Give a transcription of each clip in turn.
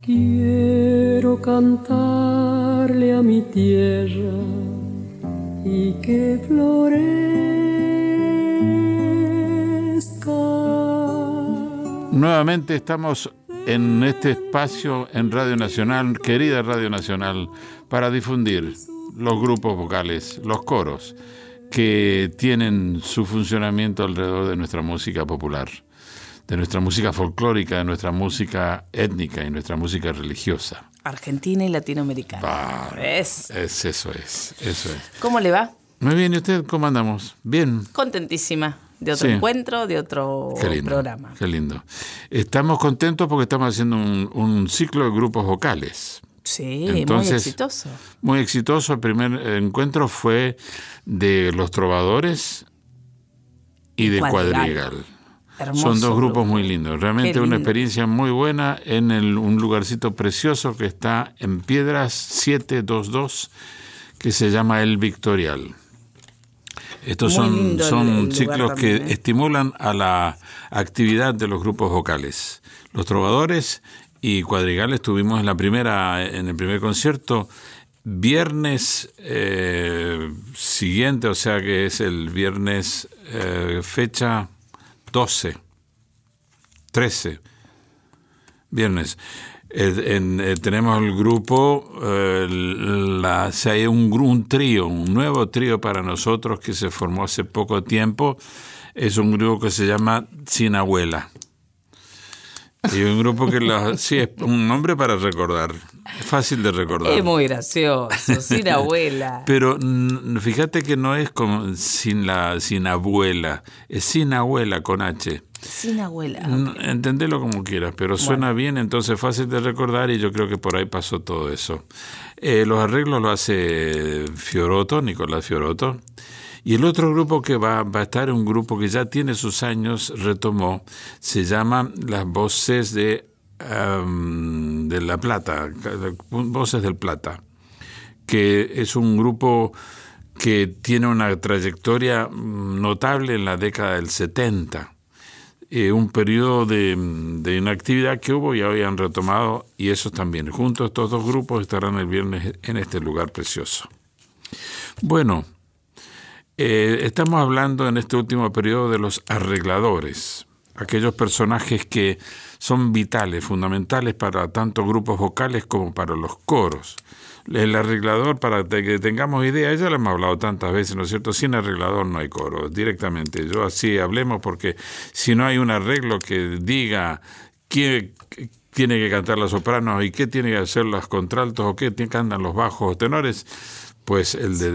Quiero cantarle a mi tierra y que florezca. Nuevamente estamos en este espacio en Radio Nacional, querida Radio Nacional, para difundir los grupos vocales, los coros, que tienen su funcionamiento alrededor de nuestra música popular, de nuestra música folclórica, de nuestra música étnica y nuestra música religiosa. Argentina y latinoamericana. Eso es. ¿Cómo le va? Muy bien, ¿y usted cómo andamos? Bien. Contentísima de otro encuentro, de otro programa. Qué lindo. Estamos contentos porque estamos haciendo un ciclo de grupos vocales. Sí, entonces, muy exitoso. Muy exitoso. El primer encuentro fue de Los Trovadores y de Cuadrigal. Hermoso. Son dos grupos muy lindos. Realmente una experiencia muy buena en un lugarcito precioso que está en Piedras 722, que se llama El Victorial. Estos son ciclos que estimulan a la actividad de los grupos vocales. Los Trovadores y Cuadrigal estuvimos en el primer concierto viernes siguiente, o sea que es el viernes fecha 13, viernes. Tenemos el grupo, hay un nuevo trío para nosotros que se formó hace poco tiempo. Es un grupo que se llama Sin Abuela. Y un grupo que sí, es un nombre para recordar. Es fácil de recordar. Es muy gracioso, Sin Abuela. Pero fíjate que no es como sin abuela, es Sin Abuela con H. Sin Abuela. Okay. Entendelo como quieras, pero suena bien, entonces es fácil de recordar y yo creo que por ahí pasó todo eso. Los arreglos lo hace Nicolás Fiorotto. Y el otro grupo que va a estar, un grupo que ya tiene sus años, retomó, se llama Las Voces de La Plata, Voces del Plata, que es un grupo que tiene una trayectoria notable en la década del 70. Un periodo de inactividad que hubo y hoy han retomado, y esos también. Juntos estos dos grupos estarán el viernes en este lugar precioso. Bueno, estamos hablando en este último periodo de los arregladores, aquellos personajes que son vitales, fundamentales para tanto grupos vocales como para los coros. El arreglador, para que tengamos idea, ya lo hemos hablado tantas veces, ¿no es cierto? Sin arreglador no hay coro, directamente. Yo así hablemos porque si no hay un arreglo que diga quién tiene que cantar las sopranos y qué tiene que hacer los contraltos o qué cantan los bajos o tenores, pues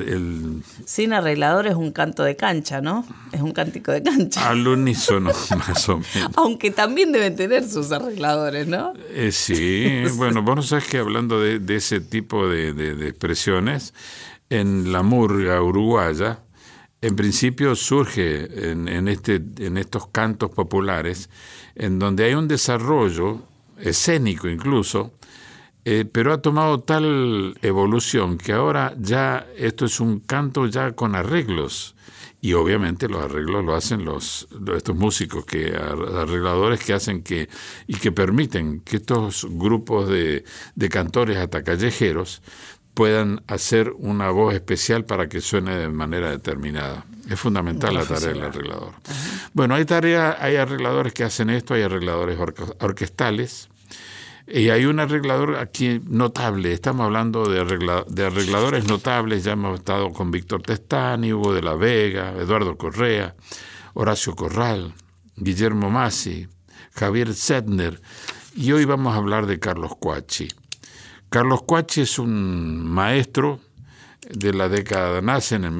Sin arreglador es un canto de cancha, ¿no? Es un cántico de cancha. Al unísono, más o menos. Aunque también deben tener sus arregladores, ¿no? Sí, bueno, vos no sabés que hablando de ese tipo de expresiones, en la murga uruguaya, en principio surge en estos cantos populares, en donde hay un desarrollo escénico incluso, pero ha tomado tal evolución que ahora ya esto es un canto ya con arreglos. Y obviamente los arreglos lo hacen estos músicos, arregladores que hacen que permiten que estos grupos de cantores hasta callejeros puedan hacer una voz especial para que suene de manera determinada. Es fundamental la tarea del arreglador. Uh-huh. Bueno, hay arregladores que hacen esto, hay arregladores orquestales. Y hay un arreglador aquí notable, estamos hablando de arregladores notables, ya hemos estado con Víctor Testani, Hugo de la Vega, Eduardo Correa, Horacio Corral, Guillermo Masi, Javier Sedner, y hoy vamos a hablar de Carlos Cuachi. Carlos Cuachi es un maestro de la década, nace en el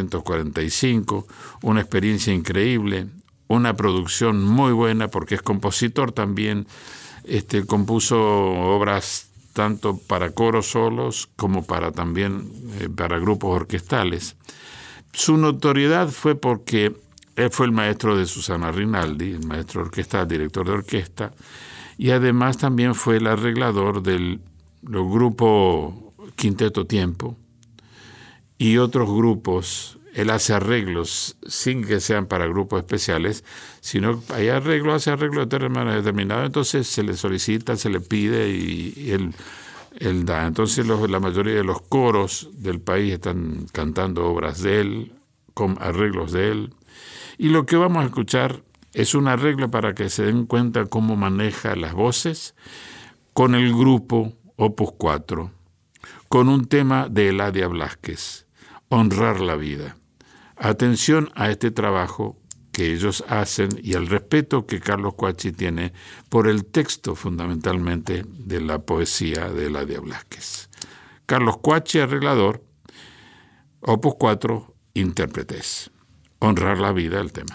1945, una experiencia increíble, una producción muy buena porque es compositor también. Compuso obras tanto para coros solos como para también para grupos orquestales. Su notoriedad fue porque él fue el maestro de Susana Rinaldi, el maestro orquestal, director de orquesta, y además también fue el arreglador del grupo Quinteto Tiempo y otros grupos él hace arreglos sin que sean para grupos especiales, sino hay arreglos, hace arreglos de temas determinados, entonces se le solicita, se le pide y él da. Entonces la mayoría de los coros del país están cantando obras de él, con arreglos de él. Y lo que vamos a escuchar es un arreglo para que se den cuenta cómo maneja las voces con el grupo Opus 4, con un tema de Eladia Blasquez, Honrar la vida. Atención a este trabajo que ellos hacen y al respeto que Carlos Cuachi tiene por el texto fundamentalmente de la poesía de Eladia Blasquez. Carlos Cuachi, arreglador, Opus 4, intérpretes. Honrar la vida, el tema.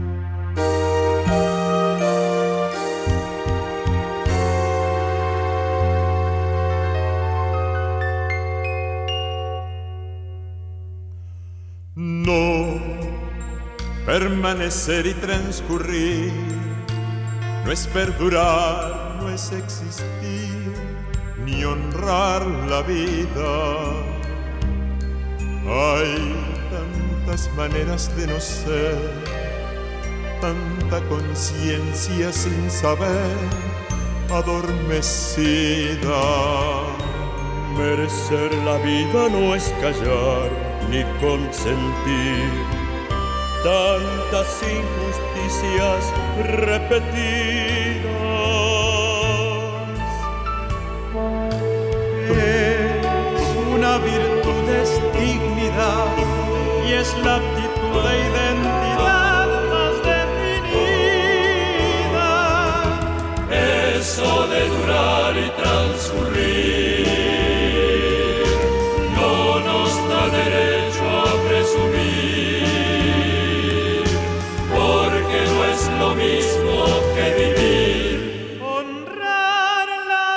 No permanecer y transcurrir, no es perdurar, no es existir, ni honrar la vida. Hay tantas maneras de no ser, tanta conciencia sin saber, adormecida. Merecer la vida no es callar ni consentir tantas injusticias repetidas. Es una virtud, es dignidad y es la actitud de identidad más definida. Eso de durar y transcurrir no nos da derecho a presumir, porque no es lo mismo que vivir. Honrar la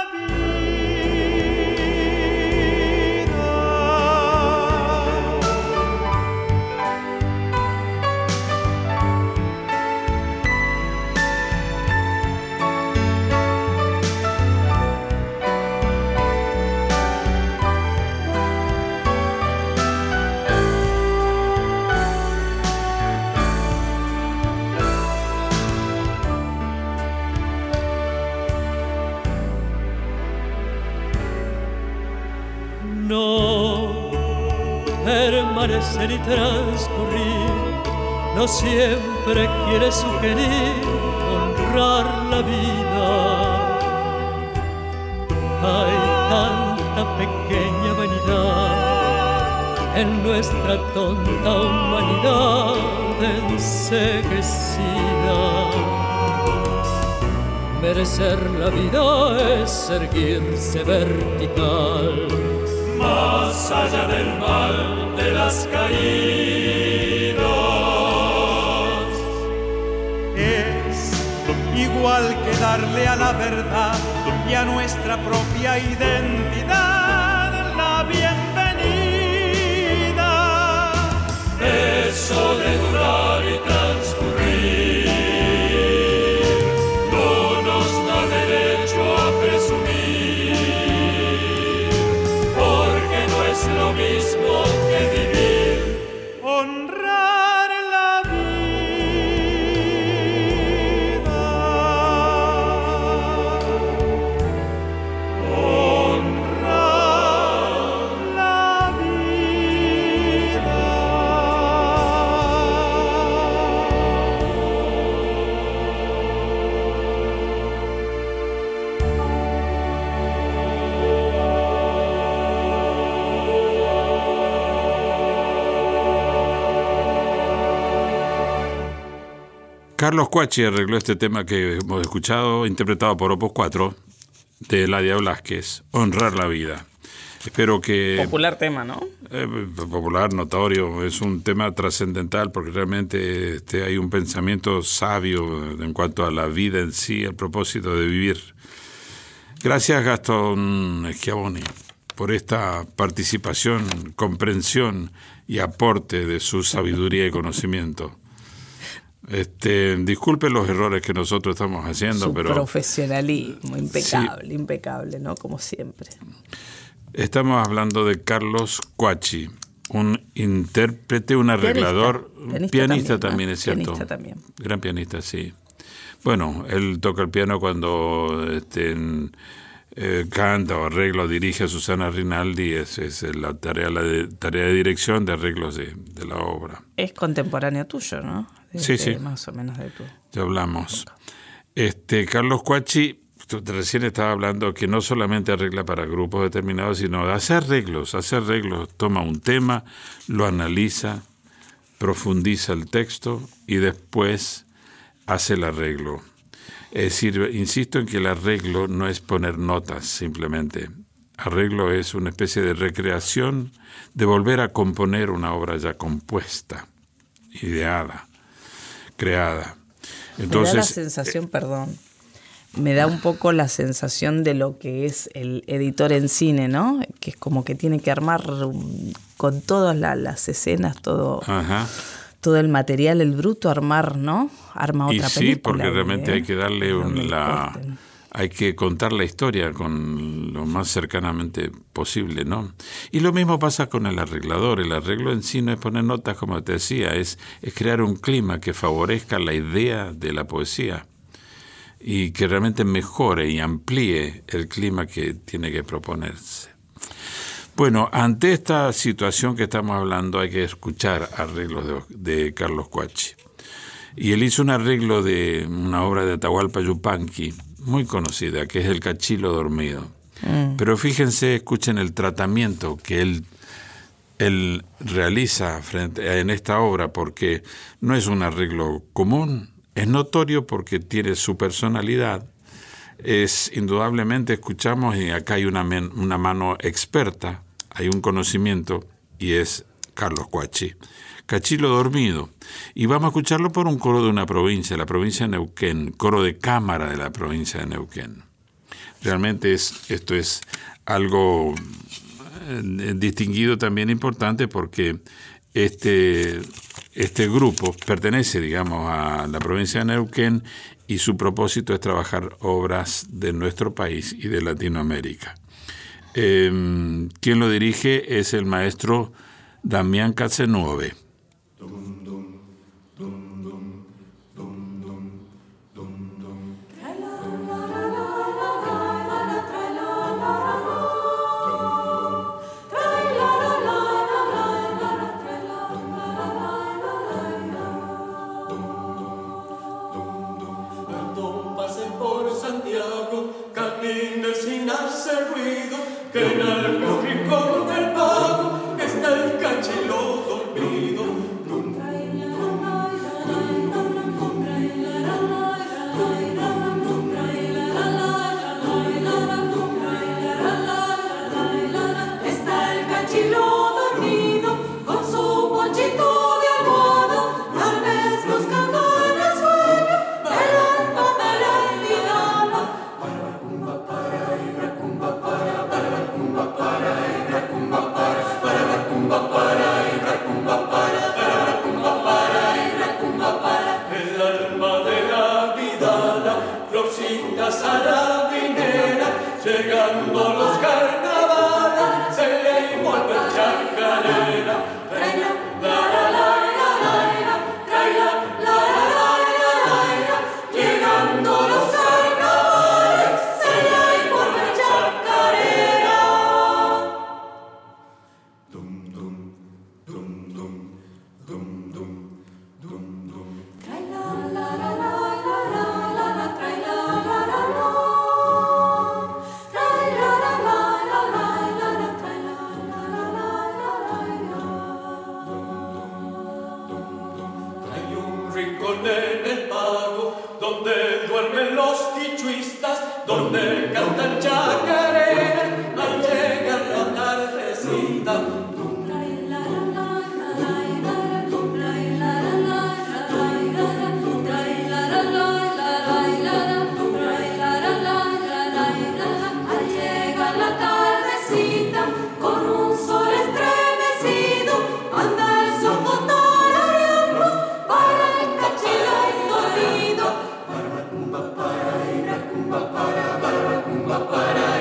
permanecer y transcurrir, no siempre quiere sugerir honrar la vida. Hay tanta pequeña vanidad en nuestra tonta humanidad enceguecida. Merecer la vida es erguirse vertical, más allá del mal de las caídas. Es igual que darle a la verdad y a nuestra propia identidad la bienvenida. Eso de durar y transcurrir no nos da derecho a presumir, porque no es lo mismo que vivir. Honrar la vida. Honrar la vida. Carlos Cuachi arregló este tema que hemos escuchado, interpretado por Opus 4, de Eladia Blasquez, Honrar la vida. Espero que... Popular tema, ¿no? Popular, notorio, es un tema trascendental porque realmente hay un pensamiento sabio en cuanto a la vida en sí, el propósito de vivir. Gracias, Gastón Schiavoni, por esta participación, comprensión y aporte de su sabiduría y conocimiento. Disculpe los errores que nosotros estamos haciendo, Su pero... profesionalismo, impecable, Sí. impecable, ¿no? Como siempre. Estamos hablando de Carlos Cuachi, un Intérprete, un arreglador, pianista también, ¿no? es cierto. Pianista también. Gran pianista, sí. Bueno, él toca el piano cuando canta o arregla o dirige a Susana Rinaldi, es la tarea de dirección de arreglos de la obra. Es contemporáneo tuyo, ¿no? Sí. Más o menos de tu... Ya hablamos. Carlos Cuacchi, recién estaba hablando que no solamente arregla para grupos determinados, sino hace arreglos, toma un tema, lo analiza, profundiza el texto y después hace el arreglo. Es decir, insisto en que el arreglo no es poner notas simplemente. Arreglo es una especie de recreación, de volver a componer una obra ya compuesta, ideada, creada. Entonces, me da la sensación, me da un poco la sensación de lo que es el editor en cine, ¿no? Que es como que tiene que armar con todas las escenas, todo el material, el bruto, armar, ¿no? Arma otra película. Sí, porque realmente hay que darle hay que contar la historia con lo más cercanamente posible, ¿no? Y lo mismo pasa con el arreglador. El arreglo en sí no es poner notas, como te decía, es crear un clima que favorezca la idea de la poesía y que realmente mejore y amplíe el clima que tiene que proponerse. Bueno, ante esta situación que estamos hablando hay que escuchar arreglos de Carlos Cuacchi. Y él hizo un arreglo de una obra de Atahualpa Yupanqui, muy conocida, que es El Cachilo Dormido. Pero fíjense, escuchen el tratamiento que él realiza en esta obra, porque no es un arreglo común, es notorio porque tiene su personalidad. Es indudablemente, escuchamos, y acá hay una mano experta, hay un conocimiento, y es Carlos Cuacchi. Cachilo Dormido. Y vamos a escucharlo por un coro de una provincia, la provincia de Neuquén, coro de cámara de la provincia de Neuquén. Realmente esto es algo distinguido, también importante, porque este grupo pertenece, digamos, a la provincia de Neuquén y su propósito es trabajar obras de nuestro país y de Latinoamérica. Quien lo dirige es el maestro Damián Cazenove. Que en algún rincón del pago está el cachilo dormido. Está el cachilo dormido con su ponchito de almohada, tal vez buscando en el sueño el alma de la envidiada. El alma de la vidala, florcita salabinera, llegando los carnavales, se le vuelve chacarera. Llegando los carnavales, se le vuelve chacarera. Dum dum dum dum dum dum dum dum. Trae la la la la la la la, trae la la la la. Trae la la la la la la, trae la la la la. Hay un rincón en el pago donde duermen los quichuistas, donde cantan chacareras al llegar la tardecita. Al llegar la tardecita, con un sol estremecido, anda el soco tarareando para el cachilo dormido. Para,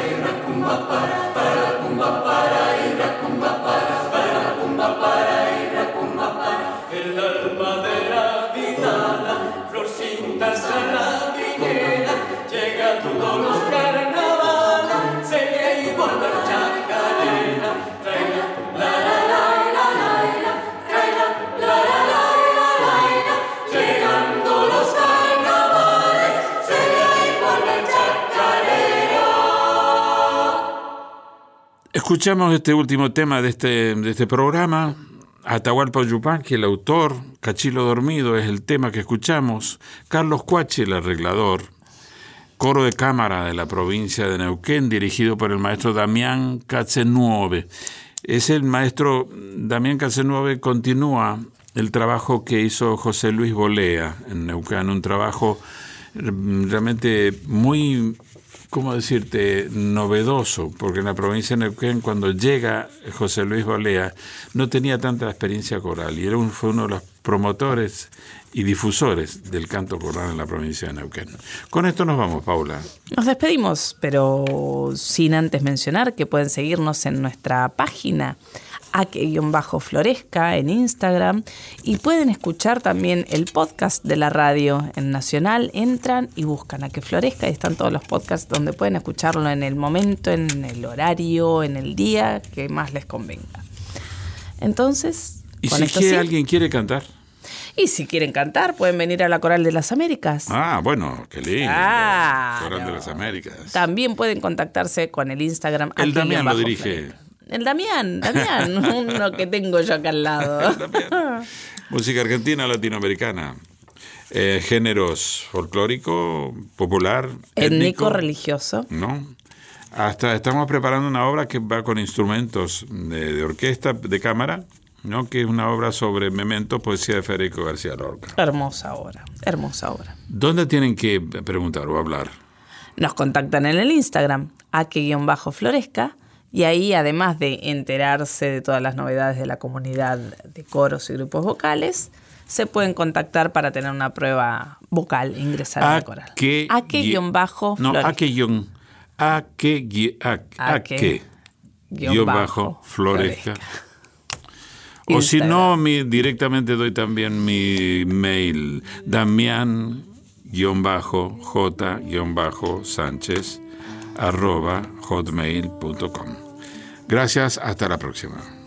los carnavales, sería igual ver chacarera. Traila, la la la la la la, traila, la la la la la la. Llegando los carnavales, sería igual ver chacarera. Escuchamos este último tema de este programa, Atahualpa Yupanqui, el autor, Cachilo Dormido es el tema que escuchamos, Carlos Cuachi, el arreglador, coro de cámara de la provincia de Neuquén, dirigido por el maestro Damián Cazenuove. Es el maestro Damián Cazenuove, continúa el trabajo que hizo José Luis Bolea en Neuquén, un trabajo realmente muy, ¿cómo decirte?, novedoso, porque en la provincia de Neuquén, cuando llega José Luis Bolea, no tenía tanta experiencia coral y fue uno de los promotores y difusores del canto coral en la provincia de Neuquén. Con esto nos vamos, Paula. Nos despedimos, pero sin antes mencionar que pueden seguirnos en nuestra página @Floresca en Instagram, y pueden escuchar también el podcast de la radio en Nacional. Entran y buscan Floresca y están todos los podcasts donde pueden escucharlo en el momento, en el horario, en el día que más les convenga. Entonces, ¿y si alguien quiere cantar? Y si quieren cantar, pueden venir a la Coral de las Américas. Ah, bueno, qué lindo. Claro. Coral de las Américas. También pueden contactarse con el Instagram. El Damián lo dirige. El Damián, uno que tengo yo acá al lado. Música argentina, latinoamericana. Géneros folclórico, popular, étnico, religioso. ¿No? Hasta estamos preparando una obra que va con instrumentos de orquesta, de cámara, ¿no? Que es una obra sobre Memento, poesía de Federico García Lorca. Hermosa obra, hermosa obra. ¿Dónde tienen que preguntar o hablar? Nos contactan en el Instagram, @Floresca, y ahí, además de enterarse de todas las novedades de la comunidad de coros y grupos vocales, se pueden contactar para tener una prueba vocal e ingresar a la coral. Floresca. O si no, directamente doy también mi mail, Damián-J-Sánchez @hotmail.com. Gracias, hasta la próxima.